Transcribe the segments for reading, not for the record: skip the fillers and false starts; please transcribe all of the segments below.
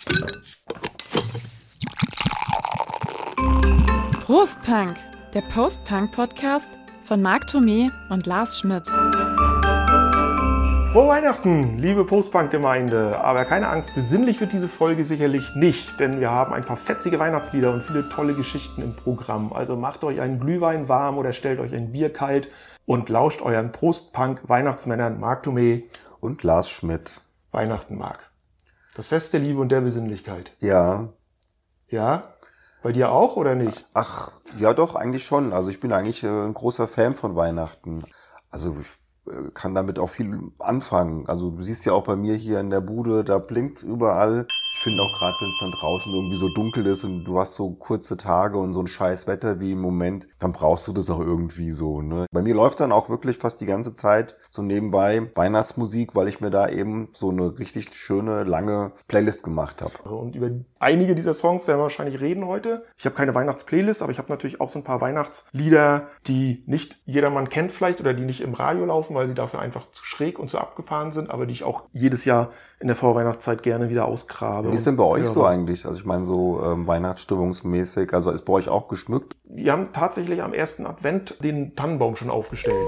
Prostpunk, der Post-Punk-Podcast von Marc Thomé und Lars Schmidt. Frohe Weihnachten, liebe Post-Punk-Gemeinde. Aber keine Angst, besinnlich wird diese Folge sicherlich nicht, denn wir haben ein paar fetzige Weihnachtslieder und viele tolle Geschichten im Programm. Also macht euch einen Glühwein warm oder stellt euch ein Bier kalt und lauscht euren Post-Punk-Weihnachtsmännern Marc Thomé und Lars Schmidt. Weihnachten, Marc. Das Fest der Liebe und der Besinnlichkeit. Ja. Ja? Bei dir auch oder nicht? Ach, ja doch, eigentlich schon. Also ich bin eigentlich ein großer Fan von Weihnachten. Also ich kann damit auch viel anfangen. Also du siehst ja auch bei mir hier in der Bude, da blinkt überall. Ich finde auch gerade, wenn es dann draußen irgendwie so dunkel ist und du hast so kurze Tage und so ein scheiß Wetter wie im Moment, dann brauchst du das auch irgendwie so, ne? Bei mir läuft dann auch wirklich fast die ganze Zeit so nebenbei Weihnachtsmusik, weil ich mir da eben so eine richtig schöne, lange Playlist gemacht habe. Und über einige dieser Songs werden wir wahrscheinlich reden heute. Ich habe keine Weihnachtsplaylist, aber ich habe natürlich auch so ein paar Weihnachtslieder, die nicht jedermann kennt vielleicht oder die nicht im Radio laufen, weil sie dafür einfach zu schräg und zu abgefahren sind, aber die ich auch jedes Jahr in der Vorweihnachtszeit gerne wieder ausgrabe. Wie ist denn bei euch so eigentlich? Also ich meine so weihnachtsstimmungsmäßig, also ist bei euch auch geschmückt? Wir haben tatsächlich am ersten Advent den Tannenbaum schon aufgestellt.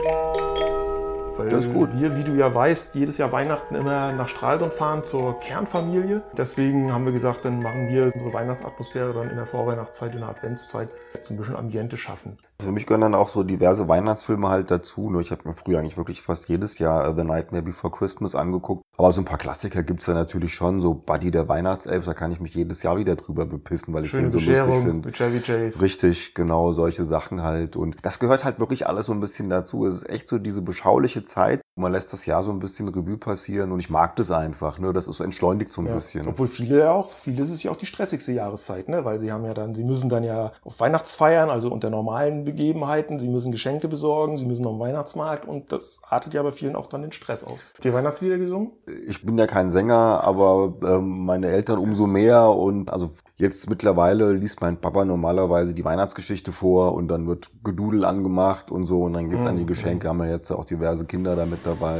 Weil das ist gut. Wir, wie du ja weißt, jedes Jahr Weihnachten immer nach Stralsund fahren zur Kernfamilie. Deswegen haben wir gesagt, dann machen wir unsere Weihnachtsatmosphäre dann in der Vorweihnachtszeit, in der Adventszeit so ein bisschen Ambiente schaffen. Für mich gehören dann auch so diverse Weihnachtsfilme halt dazu. Nur ich habe mir früher eigentlich wirklich fast jedes Jahr The Nightmare Before Christmas angeguckt. Aber so ein paar Klassiker gibt's da natürlich schon. So Buddy der Weihnachtself, da kann ich mich jedes Jahr wieder drüber bepissen, weil ich den so lustig finde. Mit Chevy Chase. Richtig, genau, solche Sachen halt. Und das gehört halt wirklich alles so ein bisschen dazu. Es ist echt so diese beschauliche Zeit. Man lässt das Jahr so ein bisschen Revue passieren und ich mag das einfach, ne? Das ist so entschleunigt so ein bisschen. Obwohl viele ist es ja auch die stressigste Jahreszeit, ne? Weil sie müssen dann ja auf Weihnachtsfeiern, also unter normalen Begebenheiten, sie müssen Geschenke besorgen, sie müssen auf den Weihnachtsmarkt und das artet ja bei vielen auch dann den Stress aus. Habt ihr Weihnachtslieder gesungen? Ich bin ja kein Sänger, aber meine Eltern umso mehr und also jetzt mittlerweile liest mein Papa normalerweise die Weihnachtsgeschichte vor und dann wird Gedudel angemacht und so und dann geht's an die Geschenke, haben wir jetzt auch diverse Kinder damit dabei.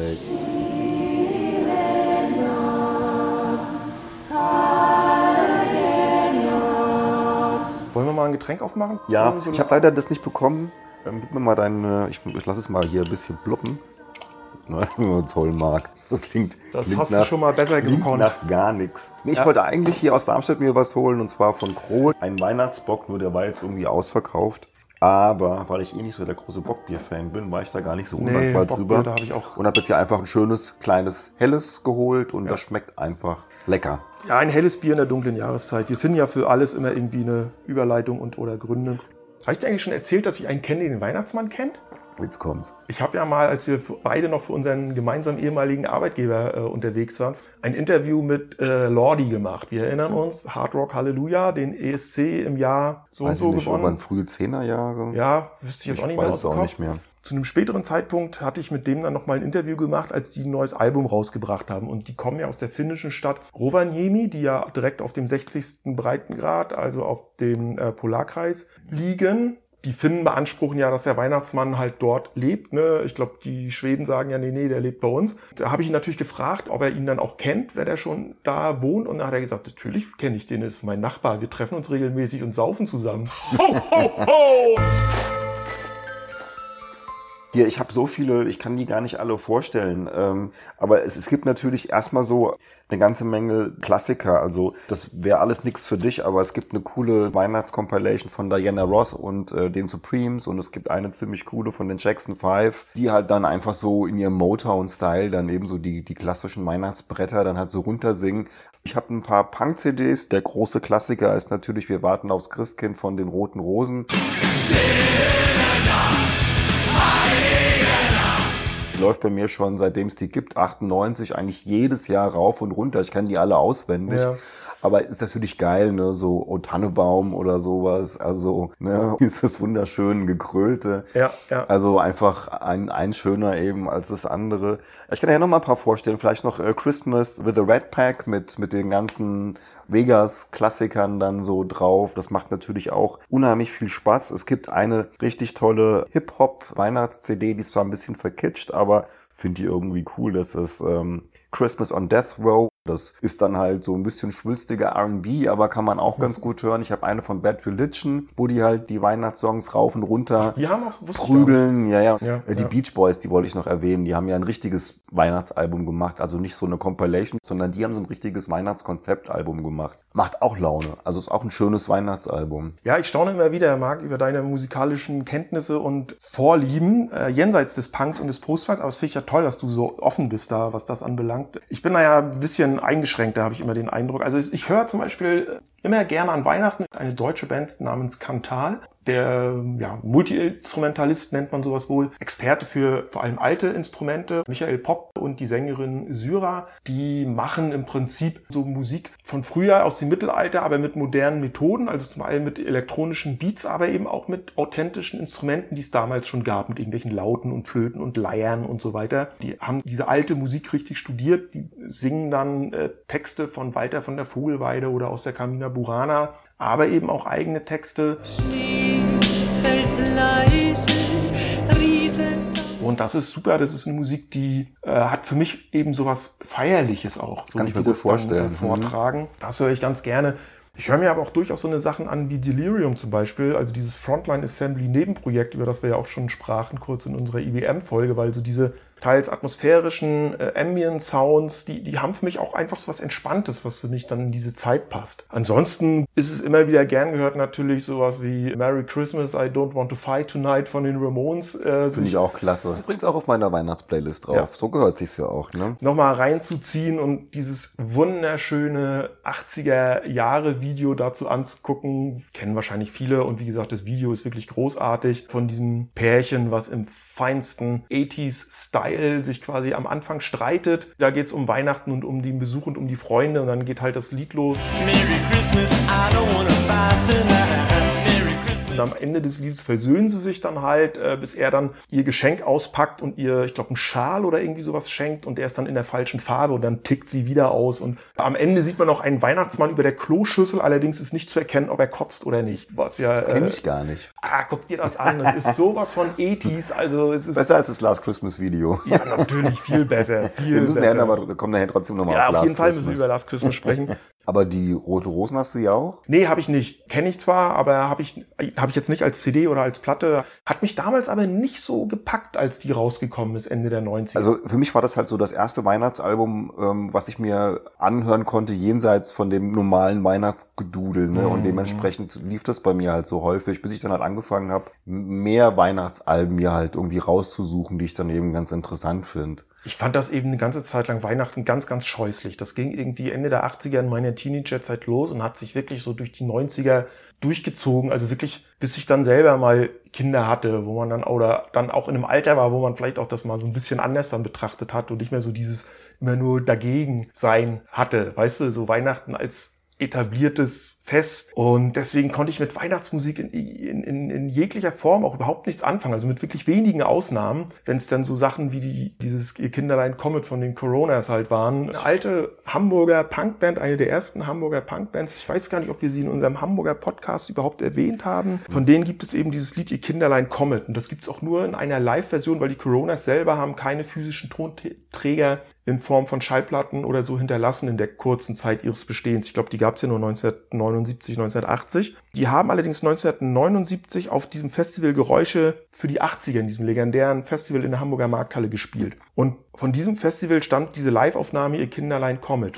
Wollen wir mal ein Getränk aufmachen? Ja, ich habe leider das nicht bekommen. Gib mir mal ich lasse es mal hier ein bisschen ploppen. Toll, Marc. Das hast du schon mal besser gekonnt. Nach gar nichts. Ich wollte eigentlich hier aus Darmstadt mir was holen und zwar von Kroh. Ein Weihnachtsbock, nur der war jetzt irgendwie ausverkauft. Aber weil ich nicht so der große Bockbier-Fan bin, war ich da gar nicht so undankbar drüber. Da habe ich auch. Und habe jetzt hier einfach ein schönes, kleines, helles geholt und das schmeckt einfach lecker. Ja, ein helles Bier in der dunklen Jahreszeit. Wir finden ja für alles immer irgendwie eine Überleitung und/oder Gründe. Habe ich dir eigentlich schon erzählt, dass ich einen kenne, den Weihnachtsmann kennt? Jetzt kommt's. Ich habe ja mal, als wir beide noch für unseren gemeinsamen ehemaligen Arbeitgeber unterwegs waren, ein Interview mit Lordi gemacht. Wir erinnern uns, Hard Rock Hallelujah, den ESC im Jahr so und so gewonnen. Irgendwann frühe 10er-Jahre. Ja, wüsste ich jetzt auch nicht mehr. Ich weiß es auch nicht mehr. Zu einem späteren Zeitpunkt hatte ich mit dem dann nochmal ein Interview gemacht, als die ein neues Album rausgebracht haben. Und die kommen ja aus der finnischen Stadt Rovaniemi, die ja direkt auf dem 60. Breitengrad, also auf dem Polarkreis liegen. Die Finnen beanspruchen ja, dass der Weihnachtsmann halt dort lebt. Ne? Ich glaube, die Schweden sagen ja, nee, der lebt bei uns. Da habe ich ihn natürlich gefragt, ob er ihn dann auch kennt, wer der schon da wohnt. Und dann hat er gesagt, natürlich kenne ich den, das ist mein Nachbar. Wir treffen uns regelmäßig und saufen zusammen. Ho, ho, ho! Hier, ich habe so viele, ich kann die gar nicht alle vorstellen. Aber es gibt natürlich erstmal so eine ganze Menge Klassiker. Also das wäre alles nichts für dich, aber es gibt eine coole Weihnachtscompilation von Diana Ross und den Supremes und es gibt eine ziemlich coole von den Jackson 5, die halt dann einfach so in ihrem Motown-Style dann eben so die klassischen Weihnachtsbretter dann halt so runtersingen. Ich habe ein paar Punk-CDs. Der große Klassiker ist natürlich Wir warten aufs Christkind von den Roten Rosen. Läuft bei mir schon, seitdem es die gibt, 98, eigentlich jedes Jahr rauf und runter. Ich kann die alle auswendig. Ja. Aber ist natürlich geil, ne, so O Tannebaum oder sowas. Also, ne, dieses wunderschön gekrölte. Ja. Also einfach ein schöner eben als das andere. Ich kann ja noch mal ein paar vorstellen. Vielleicht noch Christmas with the Red Pack mit den ganzen Vegas-Klassikern dann so drauf. Das macht natürlich auch unheimlich viel Spaß. Es gibt eine richtig tolle Hip-Hop-Weihnachts-CD, die ist zwar ein bisschen verkitscht, aber finde ich irgendwie cool. Das ist Christmas on Death Row. Das ist dann halt so ein bisschen schwülstiger R&B, aber kann man auch ganz gut hören. Ich habe eine von Bad Religion, wo die halt die Weihnachtssongs rauf und runter die haben auch prügeln. Ja. Die ja. Beach Boys, die wollte ich noch erwähnen, die haben ja ein richtiges Weihnachtsalbum gemacht. Also nicht so eine Compilation, sondern die haben so ein richtiges Weihnachtskonzeptalbum gemacht. Macht auch Laune. Also ist auch ein schönes Weihnachtsalbum. Ja, ich staune immer wieder, Marc, über deine musikalischen Kenntnisse und Vorlieben jenseits des Punks und des Postpunks. Aber es finde ich ja toll, dass du so offen bist da, was das anbelangt. Ich bin da ja ein bisschen eingeschränkter, habe ich immer den Eindruck. Also ich höre zum Beispiel immer gerne an Weihnachten eine deutsche Band namens Cantal. Der Multi-Instrumentalist nennt man sowas wohl, Experte für vor allem alte Instrumente, Michael Popp und die Sängerin Syra, die machen im Prinzip so Musik von früher aus dem Mittelalter, aber mit modernen Methoden, also zum einen mit elektronischen Beats, aber eben auch mit authentischen Instrumenten, die es damals schon gab, mit irgendwelchen Lauten und Flöten und Leiern und so weiter. Die haben diese alte Musik richtig studiert, die singen dann Texte von Walter von der Vogelweide oder aus der Carmina Burana, aber eben auch eigene Texte. Schnee fällt leise, und das ist super, das ist eine Musik, die hat für mich eben sowas Feierliches auch. So kann ich mir gut vorstellen. Vortragen. Das höre ich ganz gerne. Ich höre mir aber auch durchaus so eine Sachen an wie Delirium zum Beispiel, also dieses Frontline Assembly Nebenprojekt, über das wir ja auch schon sprachen, kurz in unserer IBM-Folge, weil so diese teils atmosphärischen Ambient-Sounds, die haben für mich auch einfach so was Entspanntes, was für mich dann in diese Zeit passt. Ansonsten ist es immer wieder gern gehört natürlich sowas wie Merry Christmas, I Don't Want to Fight Tonight von den Ramones. Finde ich auch klasse. Übrigens auch auf meiner Weihnachtsplaylist drauf. Ja. So gehört sich's ja auch. Ne? Nochmal reinzuziehen und dieses wunderschöne 80er-Jahre-Video dazu anzugucken. Kennen wahrscheinlich viele und wie gesagt, das Video ist wirklich großartig von diesem Pärchen, was im feinsten 80s-Style sich quasi am Anfang streitet. Da geht es um Weihnachten und um den Besuch und um die Freunde und dann geht halt das Lied los. Merry Christmas, I don't wanna fight tonight. Und am Ende des Liedes versöhnen sie sich dann halt, bis er dann ihr Geschenk auspackt und ihr, ich glaube, einen Schal oder irgendwie sowas schenkt und der ist dann in der falschen Farbe und dann tickt sie wieder aus. Und am Ende sieht man noch einen Weihnachtsmann über der Kloschüssel, allerdings ist nicht zu erkennen, ob er kotzt oder nicht. Was ja, das kenne ich gar nicht. Guck dir das an, das ist sowas von 80s, also es ist... Besser als das Last Christmas Video. Ja, natürlich, viel besser, wir müssen besser. Aber kommen nachher trotzdem nochmal auf Last jeden Fall Christmas. müssen wir über Last Christmas sprechen. Aber die Rote Rosen hast du ja auch? Nee, habe ich nicht. Kenne ich zwar, aber habe ich jetzt nicht als CD oder als Platte. Hat mich damals aber nicht so gepackt, als die rausgekommen ist, Ende der 90er. Also für mich war das halt so das erste Weihnachtsalbum, was ich mir anhören konnte, jenseits von dem normalen Weihnachtsgedudel. Ne? Und dementsprechend lief das bei mir halt so häufig, bis ich dann halt angefangen habe, mehr Weihnachtsalben mir halt irgendwie rauszusuchen, die ich dann eben ganz interessant finde. Ich fand das eben eine ganze Zeit lang Weihnachten ganz, ganz scheußlich. Das ging irgendwie Ende der 80er in meiner Teenagerzeit los und hat sich wirklich so durch die 90er durchgezogen. Also wirklich, bis ich dann selber mal Kinder hatte, wo man dann oder dann auch in einem Alter war, wo man vielleicht auch das mal so ein bisschen anders dann betrachtet hat und nicht mehr so dieses immer nur dagegen sein hatte. Weißt du, so Weihnachten als etabliertes Fest und deswegen konnte ich mit Weihnachtsmusik in jeglicher Form auch überhaupt nichts anfangen, also mit wirklich wenigen Ausnahmen, wenn es dann so Sachen wie dieses Ihr Kinderlein Kommet von den Coronas halt waren. Eine alte Hamburger Punkband, eine der ersten Hamburger Punkbands, ich weiß gar nicht, ob wir sie in unserem Hamburger Podcast überhaupt erwähnt haben, von denen gibt es eben dieses Lied Ihr Kinderlein Kommet und das gibt es auch nur in einer Live-Version, weil die Coronas selber haben keine physischen Tonträger in Form von Schallplatten oder so hinterlassen in der kurzen Zeit ihres Bestehens. Ich glaube, die gab es ja nur 1979, 1980. Die haben allerdings 1979 auf diesem Festival Geräusche für die 80er, in diesem legendären Festival in der Hamburger Markthalle gespielt. Und von diesem Festival stammt diese Live-Aufnahme Ihr Kinderlein Kommet.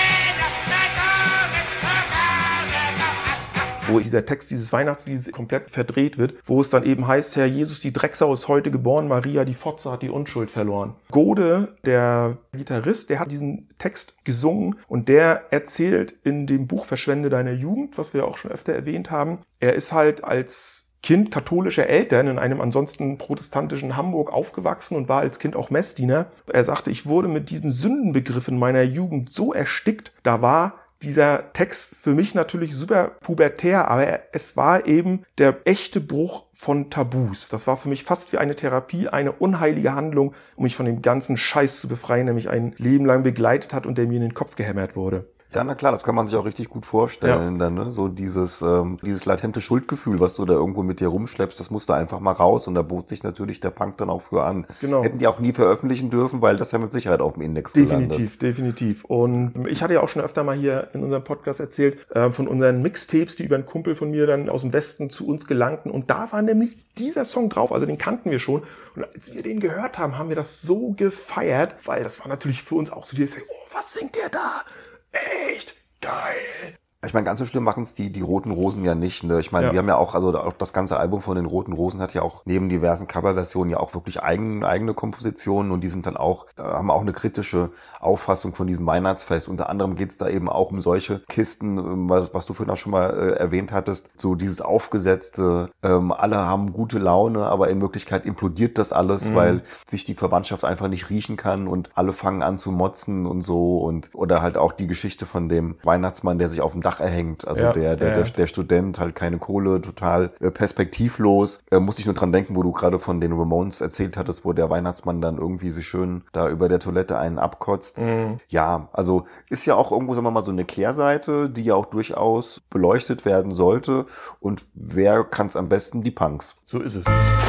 Wo dieser Text dieses Weihnachtsliedes komplett verdreht wird, wo es dann eben heißt, Herr Jesus, die Drecksau ist heute geboren, Maria, die Fotze hat die Unschuld verloren. Gode, der Gitarrist, der hat diesen Text gesungen und der erzählt in dem Buch Verschwende deiner Jugend, was wir auch schon öfter erwähnt haben, er ist halt als Kind katholischer Eltern in einem ansonsten protestantischen Hamburg aufgewachsen und war als Kind auch Messdiener. Er sagte, ich wurde mit diesem Sündenbegriff in meiner Jugend so erstickt, da war dieser Text für mich natürlich super pubertär, aber es war eben der echte Bruch von Tabus. Das war für mich fast wie eine Therapie, eine unheilige Handlung, um mich von dem ganzen Scheiß zu befreien, der mich ein Leben lang begleitet hat und der mir in den Kopf gehämmert wurde. Ja, na klar, das kann man sich auch richtig gut vorstellen. Dann, ne? So dieses latente Schuldgefühl, was du da irgendwo mit dir rumschleppst, das musste einfach mal raus und da bot sich natürlich der Punk dann auch für an. Genau. Hätten die auch nie veröffentlichen dürfen, weil das ja mit Sicherheit auf dem Index gelandet. Definitiv. Und ich hatte ja auch schon öfter mal hier in unserem Podcast erzählt, von unseren Mixtapes, die über einen Kumpel von mir dann aus dem Westen zu uns gelangten. Und da war nämlich dieser Song drauf, also den kannten wir schon. Und als wir den gehört haben, haben wir das so gefeiert, weil das war natürlich für uns auch so dieses, oh, was singt der da? Echt geil. Ich meine, ganz so schlimm machen es die Roten Rosen ja nicht. Ne? Ich meine, die haben ja auch, also auch das ganze Album von den Roten Rosen hat ja auch neben diversen Coverversionen ja auch wirklich eigene Kompositionen und die sind dann auch, haben auch eine kritische Auffassung von diesem Weihnachtsfest. Unter anderem geht's da eben auch um solche Kisten, was du vorhin auch schon mal erwähnt hattest, so dieses aufgesetzte, alle haben gute Laune, aber in Wirklichkeit implodiert das alles, weil sich die Verwandtschaft einfach nicht riechen kann und alle fangen an zu motzen und so und oder halt auch die Geschichte von dem Weihnachtsmann, der sich auf dem Dach erhängt. Also der Student, halt keine Kohle, total perspektivlos. Musste ich nur dran denken, wo du gerade von den Ramones erzählt hattest, wo der Weihnachtsmann dann irgendwie sich schön da über der Toilette einen abkotzt. Ja, also ist ja auch irgendwo, sagen wir mal, so eine Kehrseite, die ja auch durchaus beleuchtet werden sollte. Und wer kann es am besten? Die Punks. So ist es.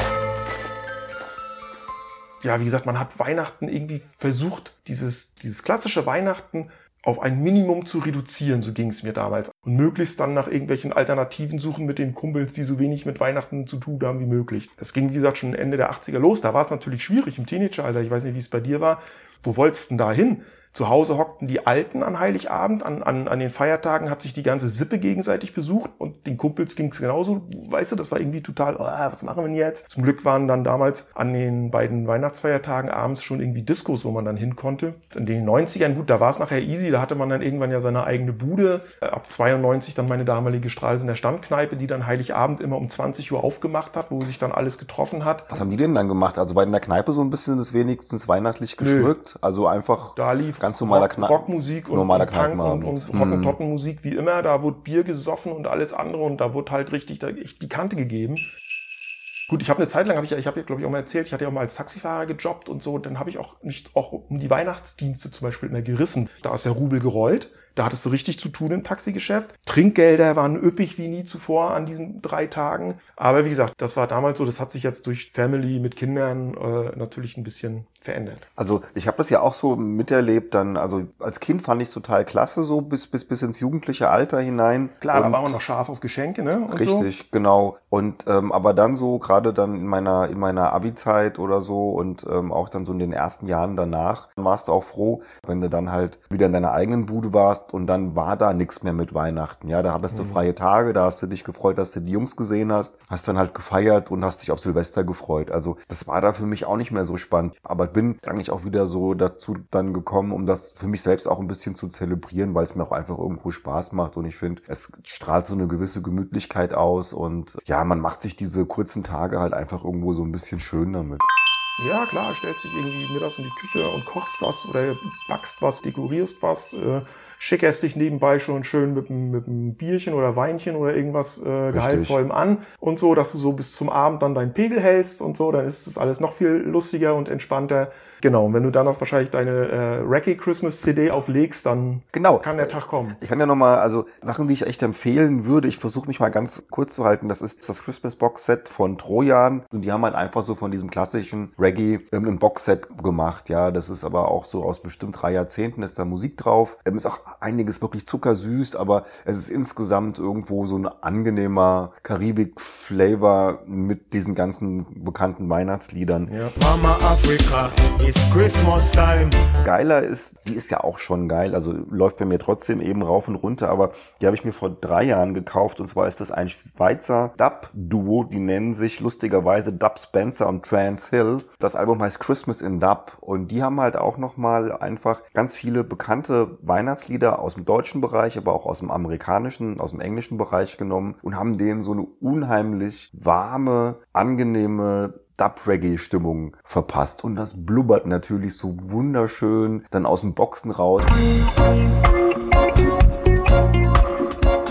Ja, wie gesagt, man hat Weihnachten irgendwie versucht, dieses klassische Weihnachten auf ein Minimum zu reduzieren, so ging es mir damals. Und möglichst dann nach irgendwelchen Alternativen suchen mit den Kumpels, die so wenig mit Weihnachten zu tun haben wie möglich. Das ging, wie gesagt, schon Ende der 80er los. Da war es natürlich schwierig im Teenageralter. Ich weiß nicht, wie es bei dir war. Wo wolltest du denn da hin? Zu Hause hockten die Alten an Heiligabend, an den Feiertagen hat sich die ganze Sippe gegenseitig besucht und den Kumpels ging es genauso, weißt du, das war irgendwie total, was machen wir denn jetzt? Zum Glück waren dann damals an den beiden Weihnachtsfeiertagen abends schon irgendwie Diskos, wo man dann hin konnte. In den 90ern, gut, da war es nachher easy, da hatte man dann irgendwann ja seine eigene Bude. Ab 92 dann meine damalige Stralsunder Stammkneipe, die dann Heiligabend immer um 20 Uhr aufgemacht hat, wo sich dann alles getroffen hat. Was haben die denn dann gemacht? Also bei in der Kneipe so ein bisschen das wenigstens weihnachtlich geschmückt? Also einfach... Da lief ganz normaler Rockmusik und Punk und Hottentottenmusik wie immer. Da wurde Bier gesoffen und alles andere und da wurde halt richtig die Kante gegeben. Gut, ich habe eine Zeit lang, ich habe glaube ich auch mal erzählt, ich hatte ja auch mal als Taxifahrer gejobbt und so. Dann habe ich auch mich auch um die Weihnachtsdienste zum Beispiel immer gerissen. Da ist der Rubel gerollt. Da hattest du richtig zu tun im Taxigeschäft. Trinkgelder waren üppig wie nie zuvor an diesen 3 Tagen. Aber wie gesagt, das war damals so. Das hat sich jetzt durch Family mit Kindern natürlich ein bisschen verändert. Also ich habe das ja auch so miterlebt. Dann, also als Kind fand ich es total klasse, so bis ins jugendliche Alter hinein. Klar, da war man noch scharf auf Geschenke, ne? Und richtig, so. Genau. Und aber dann so gerade dann in meiner Abi-Zeit oder so und auch dann so in den ersten Jahren danach warst du auch froh, wenn du dann halt wieder in deiner eigenen Bude warst. Und dann war da nichts mehr mit Weihnachten. Ja, da hattest du freie Tage, da hast du dich gefreut, dass du die Jungs gesehen hast dann halt gefeiert und hast dich auf Silvester gefreut. Also das war da für mich auch nicht mehr so spannend. Aber ich bin eigentlich auch wieder so dazu dann gekommen, um das für mich selbst auch ein bisschen zu zelebrieren, weil es mir auch einfach irgendwo Spaß macht. Und ich finde, es strahlt so eine gewisse Gemütlichkeit aus. Und ja, man macht sich diese kurzen Tage halt einfach irgendwo so ein bisschen schön damit. Ja, klar, stellst dich irgendwie mittags in die Küche und kochst was oder backst was, dekorierst was, schickerst dich nebenbei schon schön mit einem Bierchen oder Weinchen oder irgendwas Gehaltvollem an und so, dass du so bis zum Abend dann deinen Pegel hältst und so, dann ist das alles noch viel lustiger und entspannter. Genau, und wenn du dann auch wahrscheinlich deine Reggae Christmas CD auflegst, dann kann der Tag kommen. Ich kann ja nochmal, also Sachen, die ich echt empfehlen würde, ich versuche mich mal ganz kurz zu halten, das ist das Christmas Box Set von Trojan und die haben halt einfach so von diesem klassischen Reggae ein Boxset gemacht, ja, das ist aber auch so aus bestimmt 3 Jahrzehnten ist da Musik drauf, ist auch einiges wirklich zuckersüß, aber es ist insgesamt irgendwo so ein angenehmer Karibik-Flavor mit diesen ganzen bekannten Weihnachtsliedern. Ja. Mama Africa, it's Christmas time. Geiler ist, die ist ja auch schon geil, also läuft bei mir trotzdem eben rauf und runter, aber die habe ich mir vor 3 Jahren gekauft und zwar ist das ein Schweizer Dub-Duo, die nennen sich lustigerweise Dub Spencer und Trans Hill. Das Album heißt Christmas in Dub und die haben halt auch nochmal einfach ganz viele bekannte Weihnachtslieder aus dem deutschen Bereich, aber auch aus dem amerikanischen, aus dem englischen Bereich genommen und haben denen so eine unheimlich warme, angenehme Dub-Reggae-Stimmung verpasst. Und das blubbert natürlich so wunderschön dann aus dem Boxen raus. Du bist ja auch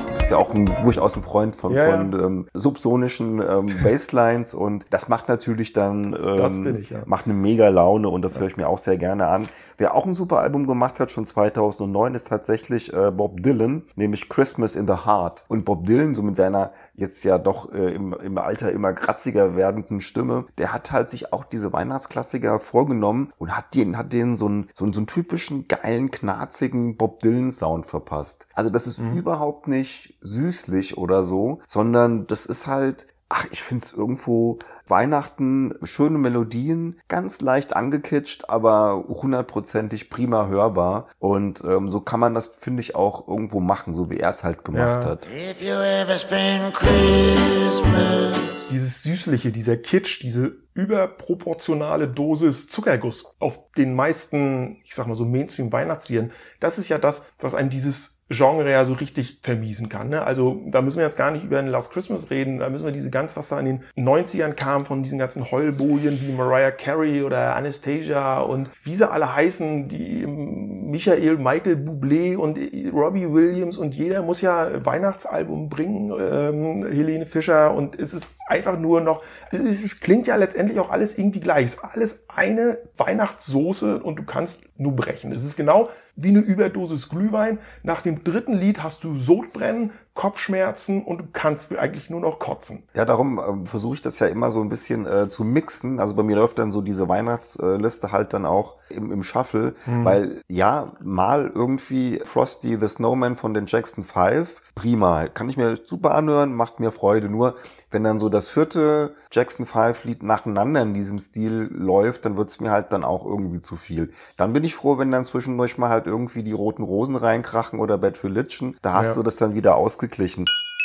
auch durchaus ein Freund von subsonischen Basslines und das macht natürlich dann das bin ich, ja. macht eine mega Laune und das höre ich mir auch sehr gerne an. Wer auch ein super Album gemacht hat, schon 2009, ist tatsächlich Bob Dylan, nämlich Christmas in the Heart. Und Bob Dylan, so mit seiner jetzt ja doch im Alter immer kratziger werdenden Stimme, der hat halt sich auch diese Weihnachtsklassiker vorgenommen und hat denen so einen typischen geilen, knarzigen Bob Dylan-Sound verpasst. Also das ist überhaupt nicht süßlich oder so, sondern das ist halt, ich find's irgendwo Weihnachten, schöne Melodien, ganz leicht angekitscht, aber 100%ig prima hörbar. Und so kann man das, finde ich, auch irgendwo machen, so wie er es halt gemacht hat. If you ever spend Christmas. Dieses Süßliche, dieser Kitsch, diese überproportionale Dosis Zuckerguss auf den meisten, ich sag mal so Mainstream-Weihnachtsliedern, das ist ja das, was einem dieses Genre ja so richtig vermiesen kann. Ne? Also da müssen wir jetzt gar nicht über ein Last Christmas reden, da müssen wir was da in den 90ern kam, von diesen ganzen Heulbojen wie Mariah Carey oder Anastasia und wie sie alle heißen, die Michael Bublé und Robbie Williams und jeder muss ja Weihnachtsalbum bringen, Helene Fischer und es ist einfach nur noch, es klingt ja letztendlich auch alles irgendwie gleich, es ist alles eine Weihnachtssoße und du kannst nur brechen. Es ist genau wie eine Überdosis Glühwein. Nach dem dritten Lied hast du Sodbrennen, Kopfschmerzen und du kannst eigentlich nur noch kotzen. Ja, darum versuche ich das ja immer so ein bisschen zu mixen. Also bei mir läuft dann so diese Weihnachtsliste halt dann auch im Shuffle, weil ja, mal irgendwie Frosty the Snowman von den Jackson 5, prima, kann ich mir super anhören, macht mir Freude. Nur wenn dann so das vierte Jackson 5 Lied nacheinander in diesem Stil läuft, dann wird's mir halt dann auch irgendwie zu viel. Dann bin ich froh, wenn dann zwischendurch mal halt irgendwie die Roten Rosen reinkrachen oder Bad Religion. Da hast du das dann wieder ausgeglichen.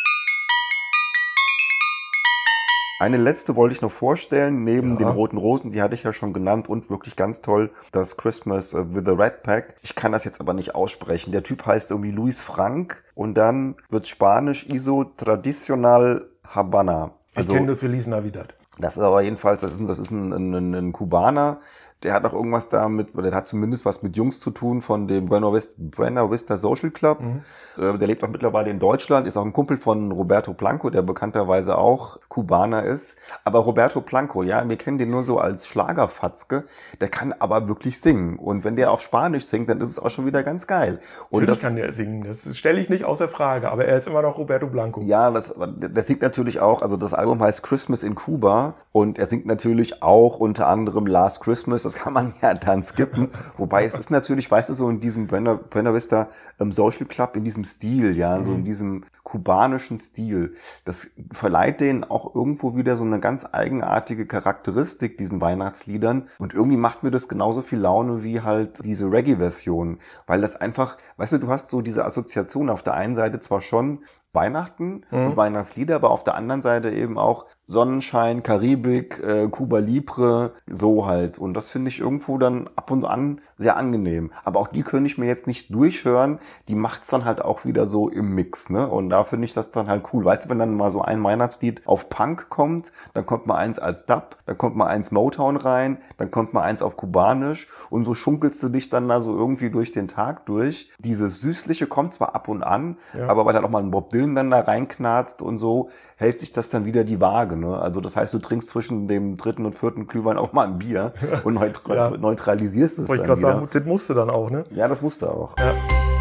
Eine letzte wollte ich noch vorstellen, neben den Roten Rosen, die hatte ich ja schon genannt und wirklich ganz toll, das Christmas with the Red Pack. Ich kann das jetzt aber nicht aussprechen. Der Typ heißt irgendwie Luis Frank und dann wird Spanisch Iso Tradicional Habana. Also, ich kenne nur Feliz Navidad. Das ist aber jedenfalls, das ist ein Kubaner, der hat auch irgendwas damit, oder der hat zumindest was mit Jungs zu tun von dem Buena Vista Social Club. Der lebt auch mittlerweile in Deutschland, ist auch ein Kumpel von Roberto Blanco, der bekannterweise auch Kubaner ist. Aber Roberto Blanco, ja, wir kennen den nur so als Schlagerfatzke, der kann aber wirklich singen. Und wenn der auf Spanisch singt, dann ist es auch schon wieder ganz geil. Und natürlich kann der singen, das stelle ich nicht außer Frage, aber er ist immer noch Roberto Blanco. Ja, der singt natürlich auch, also das Album heißt Christmas in Cuba und er singt natürlich auch unter anderem Last Christmas, das kann man ja dann skippen. Wobei es ist natürlich, weißt du, so in diesem Buena Vista Social Club, in diesem Stil, ja, so in diesem kubanischen Stil. Das verleiht denen auch irgendwo wieder so eine ganz eigenartige Charakteristik, diesen Weihnachtsliedern. Und irgendwie macht mir das genauso viel Laune wie halt diese Reggae-Version. Weil das einfach, weißt du, du hast so diese Assoziation auf der einen Seite zwar schon Weihnachten und Weihnachtslieder, aber auf der anderen Seite eben auch Sonnenschein, Karibik, Cuba Libre, so halt. Und das finde ich irgendwo dann ab und an sehr angenehm. Aber auch die könnte ich mir jetzt nicht durchhören. Die macht's dann halt auch wieder so im Mix, ne? Und da finde ich das dann halt cool. Weißt du, wenn dann mal so ein Weihnachtslied auf Punk kommt, dann kommt mal eins als Dub, dann kommt mal eins Motown rein, dann kommt mal eins auf Kubanisch und so schunkelst du dich dann da so irgendwie durch den Tag durch. Dieses Süßliche kommt zwar ab und an, aber weil dann auch mal ein Bob Dylan dann da reinknarzt und so, hält sich das dann wieder die Waage. Ne? Also das heißt, du trinkst zwischen dem dritten und vierten Glühwein auch mal ein Bier und neutralisierst es dann wieder. Wollte ich gerade sagen, das musst du dann auch, ne? Ja, das musst du auch. Ja.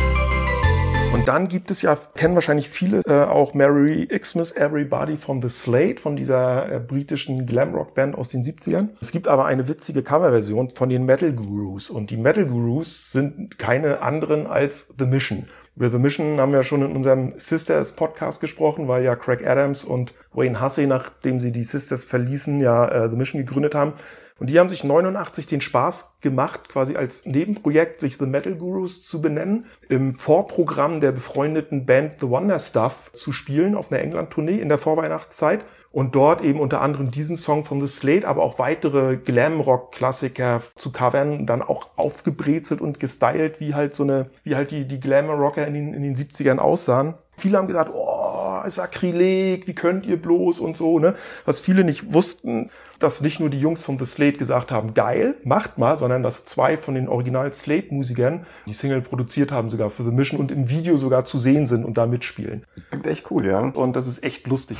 Und dann gibt es ja, kennen wahrscheinlich viele, auch Merry Xmas Everybody von The Slade, von dieser britischen Glamrock-Band aus den 70ern. Es gibt aber eine witzige Coverversion von den Metal Gurus. Und die Metal Gurus sind keine anderen als The Mission. Über The Mission haben wir schon in unserem Sisters-Podcast gesprochen, weil ja Craig Adams und Wayne Hussey, nachdem sie die Sisters verließen, ja The Mission gegründet haben. Und die haben sich 89 den Spaß gemacht, quasi als Nebenprojekt sich The Metal Gurus zu benennen, im Vorprogramm der befreundeten Band The Wonder Stuff zu spielen auf einer England-Tournee in der Vorweihnachtszeit. Und dort eben unter anderem diesen Song von The Slade, aber auch weitere Glam-Rock-Klassiker zu covern, dann auch aufgebrezelt und gestylt, wie halt die Glam-Rocker in den 70ern aussahen. Viele haben gesagt, Sakrileg, wie könnt ihr bloß und so, ne? Was viele nicht wussten, dass nicht nur die Jungs von The Slate gesagt haben, geil, macht mal, sondern dass 2 von den Original Slate-Musikern die Single produziert haben, sogar für The Mission und im Video sogar zu sehen sind und da mitspielen. Klingt echt cool, ja. Und das ist echt lustig.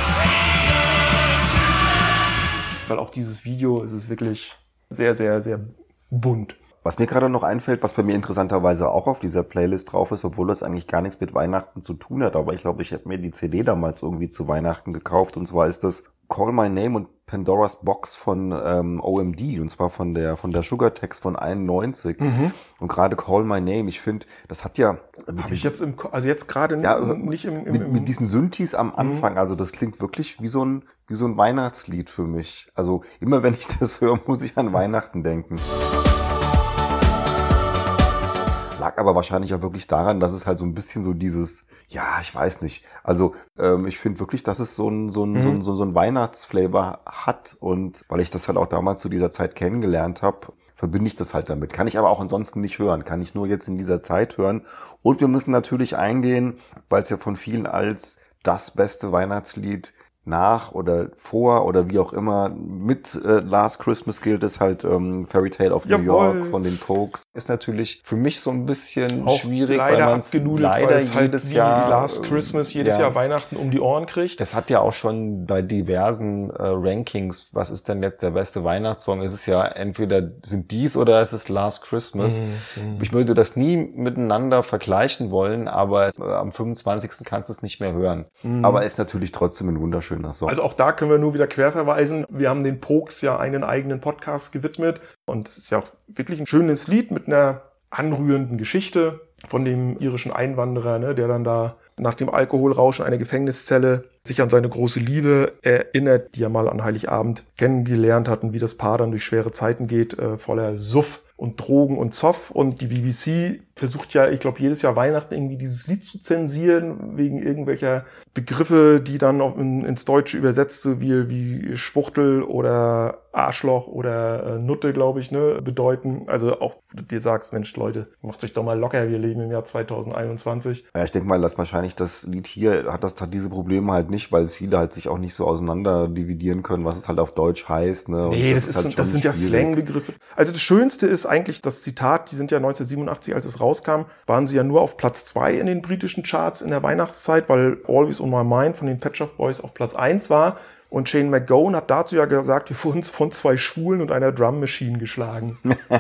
Weil auch dieses Video, es ist wirklich sehr, sehr, sehr bunt. Was mir gerade noch einfällt, was bei mir interessanterweise auch auf dieser Playlist drauf ist, obwohl das eigentlich gar nichts mit Weihnachten zu tun hat, aber ich glaube, ich habe mir die CD damals irgendwie zu Weihnachten gekauft, und zwar ist das Call My Name und Pandora's Box von OMD, und zwar von der Sugartext von 91. Und gerade Call My Name, ich finde, das hat ja... Habe ich jetzt jetzt gerade nicht mit diesen Synthes am Anfang, also das klingt wirklich wie so ein Weihnachtslied für mich. Also immer wenn ich das höre, muss ich an Weihnachten denken. Lag aber wahrscheinlich auch wirklich daran, dass es halt so ein bisschen so dieses, ja, ich weiß nicht. Also ich finde wirklich, dass es so ein Weihnachtsflavor hat, und weil ich das halt auch damals zu dieser Zeit kennengelernt habe, verbinde ich das halt damit. Kann ich aber auch ansonsten nicht hören. Kann ich nur jetzt in dieser Zeit hören. Und wir müssen natürlich eingehen, weil es ja von vielen als das beste Weihnachtslied nach oder vor oder wie auch immer mit Last Christmas gilt, es halt Fairy Tale of New York von den Pokes. Ist natürlich für mich so ein bisschen auch schwierig, leider weil man leider jedes Jahr Last Christmas jedes Jahr Weihnachten um die Ohren kriegt. Das hat ja auch schon bei diversen Rankings, was ist denn jetzt der beste Weihnachtssong? Ist es ja entweder sind dies oder ist es Last Christmas. Ich würde das nie miteinander vergleichen wollen, aber am 25. kannst du es nicht mehr hören. Aber ist natürlich trotzdem ein wunderschöner Song. Also auch da können wir nur wieder quer verweisen. Wir haben den Pokes ja einen eigenen Podcast gewidmet. Und es ist ja auch wirklich ein schönes Lied mit einer anrührenden Geschichte von dem irischen Einwanderer, ne, der dann da nach dem Alkoholrausch in einer Gefängniszelle sich an seine große Liebe erinnert, die er mal an Heiligabend kennengelernt hatten, wie das Paar dann durch schwere Zeiten geht, voller Suff und Drogen und Zoff. Und die BBC versucht ja, ich glaube, jedes Jahr Weihnachten irgendwie dieses Lied zu zensieren, wegen irgendwelcher Begriffe, die dann auch ins Deutsche übersetzt, so wie Schwuchtel oder Arschloch oder Nutte, glaube ich, ne, bedeuten. Also auch, du dir sagst, Mensch, Leute, macht euch doch mal locker, wir leben im Jahr 2021. Ja, ich denke mal, dass wahrscheinlich das Lied hier hat diese Probleme halt nicht, weil es viele halt sich auch nicht so auseinander dividieren können, was es halt auf Deutsch heißt. Ne? Nee, das sind ja Slang-Begriffe. Also das Schönste ist eigentlich das Zitat, die sind ja 1987, als es rauskam, waren sie ja nur auf Platz 2 in den britischen Charts in der Weihnachtszeit, weil Always on My Mind von den Pet Shop Boys auf Platz 1 war. Und Shane MacGowan hat dazu ja gesagt, wir wurden von 2 Schwulen und einer Drum Machine geschlagen.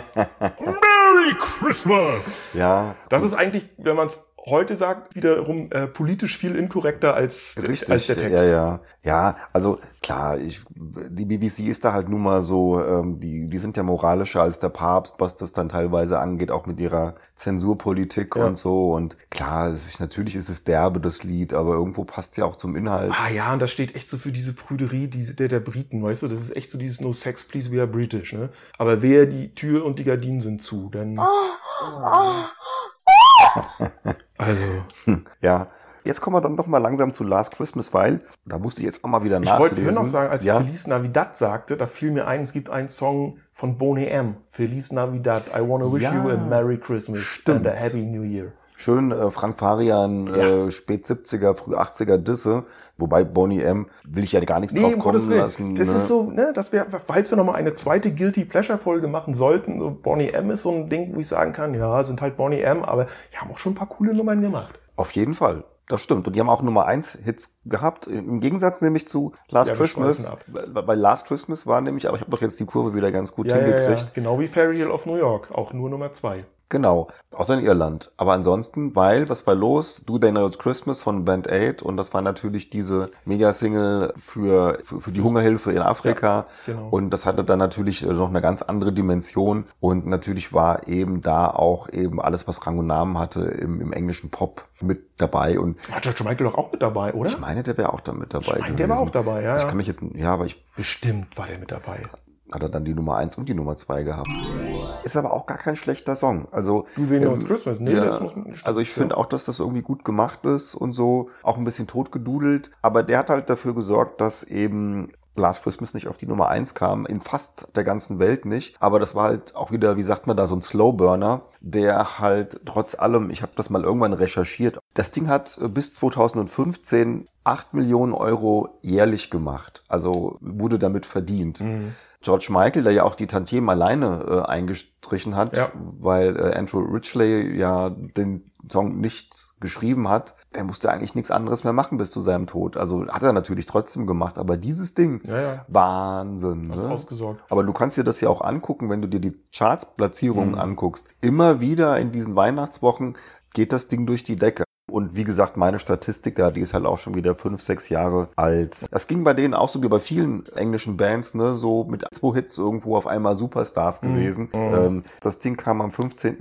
Merry Christmas! Ja. Das ist eigentlich, wenn man es heute sagt, wiederum politisch viel inkorrekter als der Text. Ja, also klar, die BBC ist da halt nun mal so, die sind ja moralischer als der Papst, was das dann teilweise angeht, auch mit ihrer Zensurpolitik und so. Und klar, natürlich ist es derbe, das Lied, aber irgendwo passt es ja auch zum Inhalt. Ah ja, und das steht echt so für diese Prüderie der Briten, weißt du? Das ist echt so dieses No Sex, Please, we are British, ne? Aber wer die Tür und die Gardinen sind zu, denn... Also. Ja. Jetzt kommen wir dann doch mal langsam zu Last Christmas, weil da musste ich jetzt auch mal wieder nachlesen. Ich wollte vorhin noch sagen, als ich Feliz Navidad sagte, da fiel mir ein, es gibt einen Song von Boney M. Feliz Navidad, I wanna wish you a Merry Christmas and a Happy New Year. Schön Frank Farian, spät 70er, früh 80er Disse, wobei Boney M. will ich ja gar nichts drauf kommen lassen. Das ist so, ne, das wäre, falls wir nochmal eine zweite Guilty Pleasure Folge machen sollten, so Boney M. ist so ein Ding, wo ich sagen kann, ja, sind halt Boney M., aber die haben auch schon ein paar coole Nummern gemacht. Auf jeden Fall. Das stimmt. Und die haben auch Nummer 1 Hits gehabt. Im Gegensatz nämlich zu Last Christmas. Bei Last Christmas war nämlich, aber ich habe doch jetzt die Kurve wieder ganz gut hingekriegt. Ja. Genau wie Fairy Tale of New York. Auch nur Nummer 2. Genau, außer in Irland. Aber ansonsten, was war los? Do They Know It's Christmas von Band Aid. Und das war natürlich diese Mega-Single für die Hungerhilfe in Afrika. Ja, genau. Und das hatte dann natürlich noch eine ganz andere Dimension. Und natürlich war eben da auch eben alles, was Rang und Namen hatte, im englischen Pop mit dabei. Und war George Michael doch auch mit dabei, oder? Ich meine, der wäre auch da mit dabei. Der war auch dabei, ja. Ich kann mich jetzt, bestimmt war der mit dabei. Hat er dann die Nummer 1 und die Nummer 2 gehabt. Ist aber auch gar kein schlechter Song. Also, Do They Know It's Christmas? Nee, das muss man also ich finde auch, dass das irgendwie gut gemacht ist und so. Auch ein bisschen totgedudelt. Aber der hat halt dafür gesorgt, dass eben Last Christmas nicht auf die Nummer 1 kam, in fast der ganzen Welt nicht. Aber das war halt auch wieder, wie sagt man da, so ein Slowburner, der halt trotz allem, ich habe das mal irgendwann recherchiert, das Ding hat bis 2015 8 Millionen Euro jährlich gemacht. Also wurde damit verdient. George Michael, der ja auch die Tantiemen alleine eingestrichen hat, weil Andrew Ridgeley ja den Song nicht geschrieben hat, der musste eigentlich nichts anderes mehr machen bis zu seinem Tod. Also hat er natürlich trotzdem gemacht, aber dieses Ding, Wahnsinn. Hast ne? ausgesorgt. Aber du kannst dir das ja auch angucken, wenn du dir die Charts-Platzierungen anguckst. Immer wieder in diesen Weihnachtswochen geht das Ding durch die Decke. Und wie gesagt, meine Statistik da, die ist halt auch schon wieder 5, 6 Jahre alt. Das ging bei denen auch so wie bei vielen englischen Bands, ne, so mit 2 Hits irgendwo auf einmal Superstars gewesen. Das Ding kam am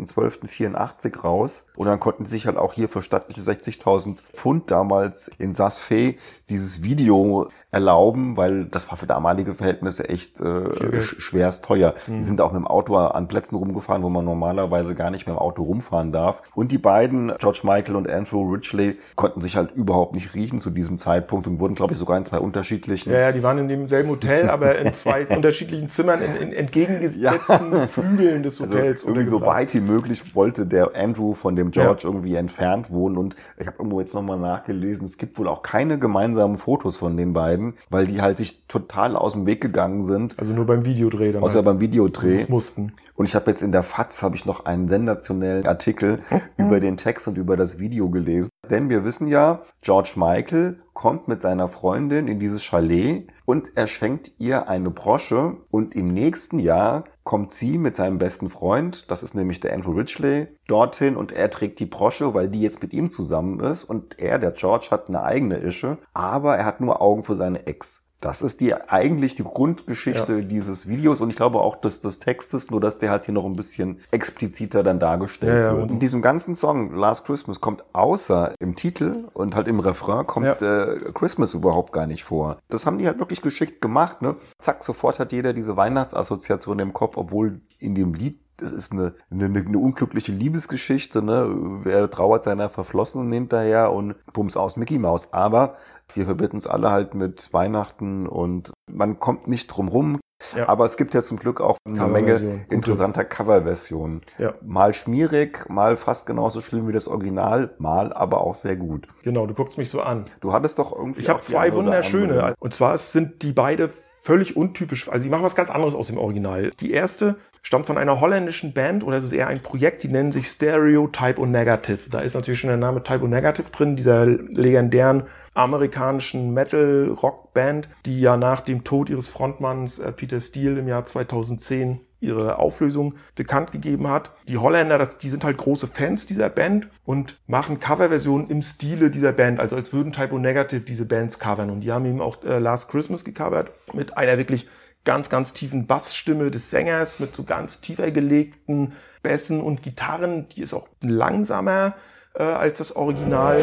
15.12.84 raus und dann konnten sie sich halt auch hier für stattliche 60.000 Pfund damals in Saas Fee dieses Video erlauben, weil das war für damalige Verhältnisse echt schwerst teuer. Die sind auch mit dem Auto an Plätzen rumgefahren, wo man normalerweise gar nicht mehr im Auto rumfahren darf. Und die beiden, George Michael und Andrew Ridgeley, konnten sich halt überhaupt nicht riechen zu diesem Zeitpunkt und wurden, glaube ich, sogar in 2 unterschiedlichen... Ja, die waren in demselben Hotel, aber in 2 unterschiedlichen Zimmern in entgegengesetzten Flügeln des Hotels. Also irgendwie so weit wie möglich wollte der Andrew von dem George irgendwie entfernt wohnen. Und ich habe irgendwo jetzt nochmal nachgelesen, es gibt wohl auch keine gemeinsamen Fotos von den beiden, weil die halt sich total aus dem Weg gegangen sind. Also nur beim Videodreh. Außer beim Videodreh. Das mussten. Und ich habe jetzt in der FAZ noch einen sensationellen Artikel über den Text und über das Video gelesen. Denn wir wissen ja, George Michael kommt mit seiner Freundin in dieses Chalet und er schenkt ihr eine Brosche und im nächsten Jahr kommt sie mit seinem besten Freund, das ist nämlich der Andrew Ridgeley, dorthin und er trägt die Brosche, weil die jetzt mit ihm zusammen ist und er, der George, hat eine eigene Ische, aber er hat nur Augen für seine Ex. Das ist eigentlich die Grundgeschichte dieses Videos und ich glaube auch des Textes, nur dass der halt hier noch ein bisschen expliziter dann dargestellt wird. In diesem ganzen Song Last Christmas kommt außer im Titel und halt im Refrain kommt Christmas überhaupt gar nicht vor. Das haben die halt wirklich geschickt gemacht, ne? Zack, sofort hat jeder diese Weihnachtsassoziation im Kopf, obwohl in dem Lied das ist eine unglückliche Liebesgeschichte, ne? Er trauert seiner Verflossenen hinterher und bums aus Mickey Mouse. Aber wir verbinden es alle halt mit Weihnachten und man kommt nicht drum rum. Ja. Aber es gibt ja zum Glück auch eine Menge interessanter Coverversionen. Ja. Mal schmierig, mal fast genauso schlimm wie das Original, mal aber auch sehr gut. Genau, du guckst mich so an. Du hattest doch irgendwie... Ich habe 2 wunderschöne. Und zwar sind die beide völlig untypisch. Also die machen was ganz anderes aus dem Original. Die erste stammt von einer holländischen Band, oder es ist eher ein Projekt, die nennen sich Stereo, Type O Negative. Da ist natürlich schon der Name Type O Negative drin, dieser legendären amerikanischen Metal-Rock-Band, die ja nach dem Tod ihres Frontmanns Peter Steele im Jahr 2010 ihre Auflösung bekannt gegeben hat. Die Holländer, die sind halt große Fans dieser Band und machen Coverversionen im Stile dieser Band, also als würden Type O Negative diese Bands covern. Und die haben eben auch Last Christmas gecovert mit einer wirklich ganz, ganz tiefen Bassstimme des Sängers, mit so ganz tiefer gelegten Bässen und Gitarren. Die ist auch langsamer als das Original.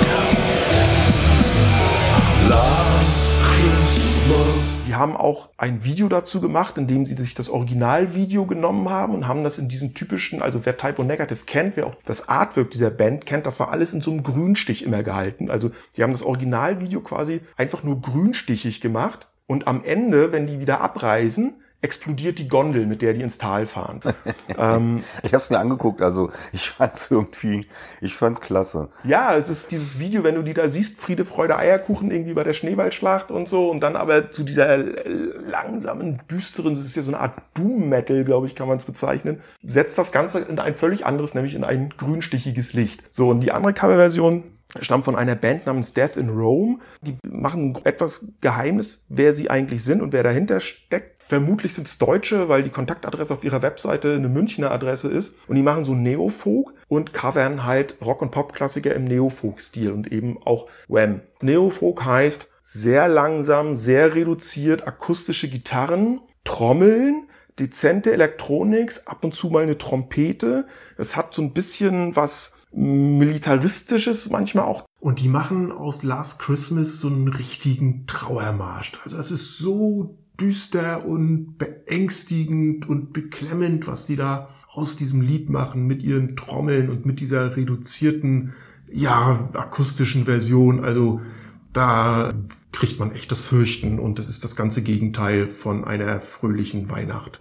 Die haben auch ein Video dazu gemacht, in dem sie sich das Originalvideo genommen haben und haben das in diesen typischen, also wer Type O Negative kennt, wer auch das Artwork dieser Band kennt, das war alles in so einem Grünstich immer gehalten. Also die haben das Originalvideo quasi einfach nur grünstichig gemacht und am Ende, wenn die wieder abreisen, explodiert die Gondel, mit der die ins Tal fahren. Ich habe es mir angeguckt, also ich fand's klasse. Ja, es ist dieses Video, wenn du die da siehst, Friede, Freude, Eierkuchen, irgendwie bei der Schneeballschlacht und so, und dann aber zu dieser langsamen, düsteren, das ist ja so eine Art Doom-Metal, glaube ich, kann man es bezeichnen, setzt das Ganze in ein völlig anderes, nämlich in ein grünstichiges Licht. So, und die andere Coverversion stammt von einer Band namens Death in Rome. Die machen etwas Geheimnis, wer sie eigentlich sind und wer dahinter steckt. Vermutlich sind es Deutsche, weil die Kontaktadresse auf ihrer Webseite eine Münchner Adresse ist. Und die machen so Neofolk und covern halt Rock- und Pop-Klassiker im Neofolk-Stil und eben auch Wham. Neofolk heißt sehr langsam, sehr reduziert, akustische Gitarren, Trommeln, dezente Elektronik, ab und zu mal eine Trompete. Es hat so ein bisschen was Militaristisches manchmal auch. Und die machen aus Last Christmas so einen richtigen Trauermarsch. Also es ist so düster und beängstigend und beklemmend, was die da aus diesem Lied machen mit ihren Trommeln und mit dieser reduzierten, akustischen Version. Also da kriegt man echt das Fürchten und das ist das ganze Gegenteil von einer fröhlichen Weihnacht.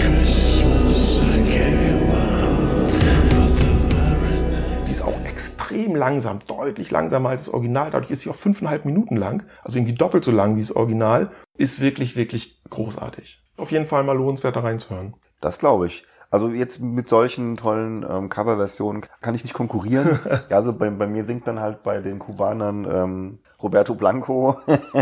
Die ist auch extrem extrem langsam, deutlich langsamer als das Original. Dadurch ist sie auch 5,5 Minuten lang, also irgendwie doppelt so lang wie das Original. Ist wirklich, wirklich großartig. Auf jeden Fall mal lohnenswert da reinzuhören. Das glaube ich. Also jetzt mit solchen tollen Coverversionen kann ich nicht konkurrieren. Ja, also bei mir singt dann halt bei den Kubanern Roberto Blanco.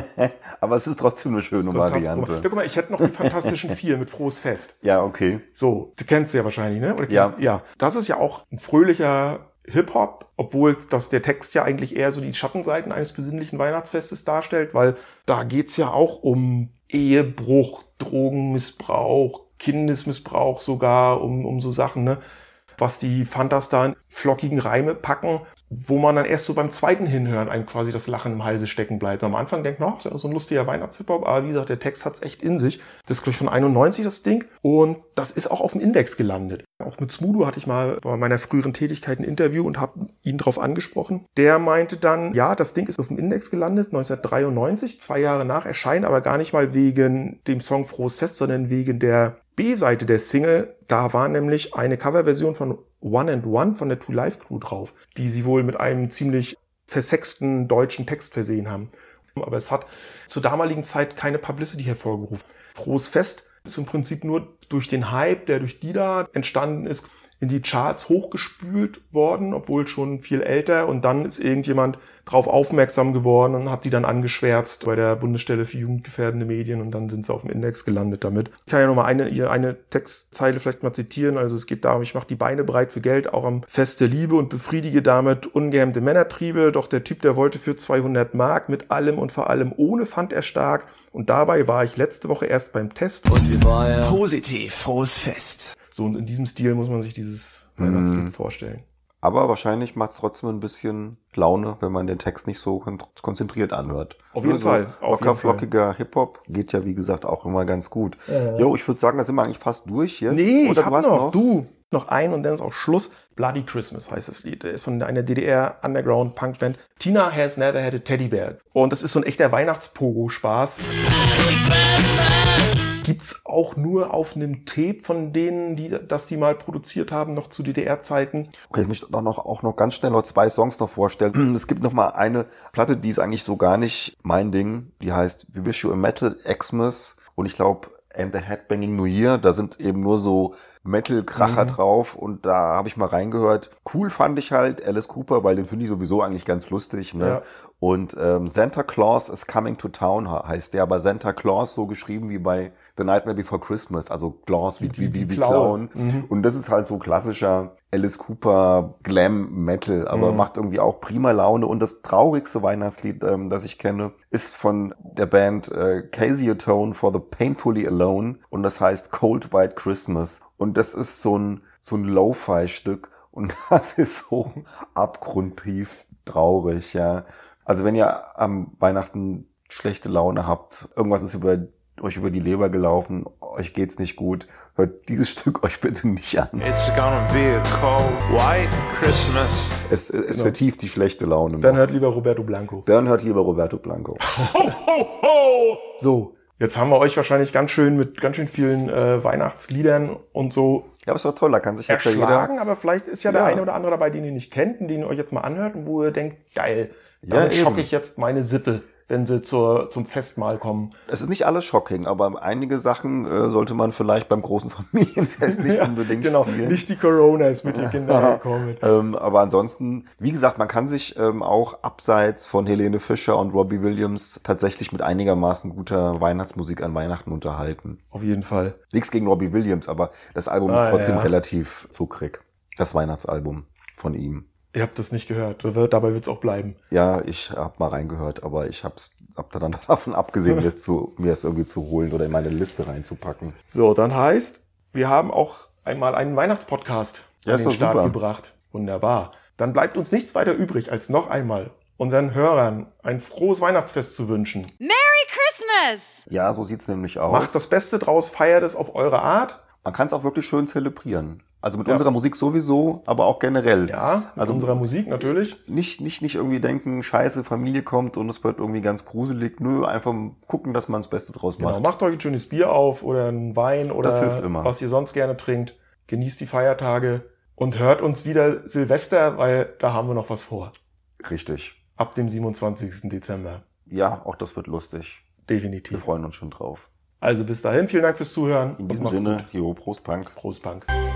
Aber es ist trotzdem eine schöne Variante. Ja, guck mal, ich hätte noch die Fantastischen Vier mit Frohes Fest. Ja, okay. So, du kennst sie ja wahrscheinlich, ne? Oder Ja. Ja, das ist ja auch ein fröhlicher Hip-Hop, obwohl der Text ja eigentlich eher so die Schattenseiten eines besinnlichen Weihnachtsfestes darstellt, weil da geht's ja auch um Ehebruch, Drogenmissbrauch, Kindesmissbrauch sogar, um so Sachen, ne? Was die Fantas da in flockigen Reime packen, wo man dann erst so beim zweiten Hinhören einem quasi das Lachen im Halse stecken bleibt. Am Anfang denkt man, ist ja so ein lustiger Weihnachts-Hip-Hop, aber wie gesagt, der Text hat's echt in sich. Das ist, glaube ich, von 91 das Ding und das ist auch auf dem Index gelandet. Auch mit Smudo hatte ich mal bei meiner früheren Tätigkeit ein Interview und habe ihn drauf angesprochen. Der meinte dann, ja, das Ding ist auf dem Index gelandet, 1993, 2 Jahre nach Erscheinen, aber gar nicht mal wegen dem Song Frohes Fest, sondern wegen der B-Seite der Single. Da war nämlich eine Coverversion von One and One von der Two Live Crew drauf, die sie wohl mit einem ziemlich versexten deutschen Text versehen haben. Aber es hat zur damaligen Zeit keine Publicity hervorgerufen. Frohes Fest ist im Prinzip nur durch den Hype, der durch die da entstanden ist, in die Charts hochgespült worden, obwohl schon viel älter. Und dann ist irgendjemand drauf aufmerksam geworden und hat die dann angeschwärzt bei der Bundesstelle für jugendgefährdende Medien und dann sind sie auf dem Index gelandet damit. Ich kann ja nochmal eine Textzeile vielleicht mal zitieren. Also es geht darum, ich mache die Beine breit für Geld, auch am Fest der Liebe und befriedige damit ungehemmte Männertriebe. Doch der Typ, der wollte für 200 Mark mit allem und vor allem ohne, fand er stark. Und dabei war ich letzte Woche erst beim Test. Und wie war er? Positiv, frohes Fest. So, und in diesem Stil muss man sich dieses Weihnachtslied vorstellen. Aber wahrscheinlich macht es trotzdem ein bisschen Laune, wenn man den Text nicht so konzentriert anhört. Auf jeden Fall. Locker flockiger Hip-Hop geht ja, wie gesagt, auch immer ganz gut. Jo, ich würde sagen, da sind wir eigentlich fast durch jetzt. Nee, oder ich hab noch einen und dann ist auch Schluss. Bloody Christmas heißt das Lied. Der ist von einer DDR-Underground-Punk-Band. Tina Has Never Had a Teddy Bear. Und das ist so ein echter Weihnachtspogo-Spaß. Gibt's auch nur auf einem Tape von denen, die mal produziert haben, noch zu DDR-Zeiten. Okay, ich möchte auch noch ganz schnell noch 2 Songs noch vorstellen. Es gibt noch mal eine Platte, die ist eigentlich so gar nicht mein Ding. Die heißt We Wish You a Metal Xmas. Und ich glaube, And the Headbanging New Year. Da sind eben nur so Metal-Kracher drauf und da habe ich mal reingehört. Cool fand ich halt Alice Cooper, weil den finde ich sowieso eigentlich ganz lustig. Ne? Ja. Und Santa Claus is Coming to Town heißt der, aber Santa Claus so geschrieben wie bei The Nightmare Before Christmas, also Claus wie Clown. Und das ist halt so klassischer Alice Cooper Glam Metal, aber macht irgendwie auch prima Laune. Und das traurigste Weihnachtslied, das ich kenne, ist von der Band Casey Atone for the Painfully Alone und das heißt Cold White Christmas. Und das ist so ein Lo-Fi-Stück und das ist so abgrundtief traurig, ja. Also wenn ihr am Weihnachten schlechte Laune habt, irgendwas ist euch über die Leber gelaufen, euch geht's nicht gut, hört dieses Stück euch bitte nicht an. It's gonna be a cold white Christmas. Es vertieft die schlechte Laune. Dann hört lieber Roberto Blanco. So, jetzt haben wir euch wahrscheinlich ganz schön mit ganz schön vielen Weihnachtsliedern und so Ja, aber ist doch toll, da kann sich jetzt ja erschlagen, jeder... aber vielleicht ist ja der eine oder andere dabei, den ihr nicht kennt und den ihr euch jetzt mal anhört und wo ihr denkt, geil, Ja, damit schocke eben. ich jetzt meine Sippe, wenn sie zum Festmahl kommen. Es ist nicht alles shocking, aber einige Sachen sollte man vielleicht beim großen Familienfest nicht unbedingt Genau, spielen. nicht die Coronas mit den Kindern herkommen. Aber ansonsten, wie gesagt, man kann sich auch abseits von Helene Fischer und Robbie Williams tatsächlich mit einigermaßen guter Weihnachtsmusik an Weihnachten unterhalten. Auf jeden Fall. Nichts gegen Robbie Williams, aber das Album ist trotzdem relativ zuckrig. Das Weihnachtsalbum von ihm. Ihr habt das nicht gehört. Dabei wird's auch bleiben. Ja, ich habe mal reingehört, aber ich hab da dann davon abgesehen, mir es irgendwie zu holen oder in meine Liste reinzupacken. So, dann heißt, wir haben auch einmal einen Weihnachtspodcast Ja, an ist den doch Start super. gebracht. Wunderbar. Dann bleibt uns nichts weiter übrig, als noch einmal unseren Hörern ein frohes Weihnachtsfest zu wünschen. Merry Christmas! Ja, so sieht's nämlich aus. Macht das Beste draus, feiert es auf eure Art. Man kann es auch wirklich schön zelebrieren. Also mit unserer Musik sowieso, aber auch generell. Ja, mit also unserer Musik natürlich. Nicht irgendwie denken, scheiße, Familie kommt und es wird irgendwie ganz gruselig. Nö, einfach gucken, dass man das Beste draus Genau, macht. macht euch ein schönes Bier auf oder einen Wein oder Das hilft immer. was ihr sonst gerne trinkt. Genießt die Feiertage Und hört uns wieder Silvester, weil da haben wir noch was vor. Richtig. Ab dem 27. Dezember. Ja, auch das wird lustig. Definitiv. Wir freuen uns schon drauf. Also bis dahin, vielen Dank fürs Zuhören. In diesem Sinne, jo, Prost Punk. Prost Punk.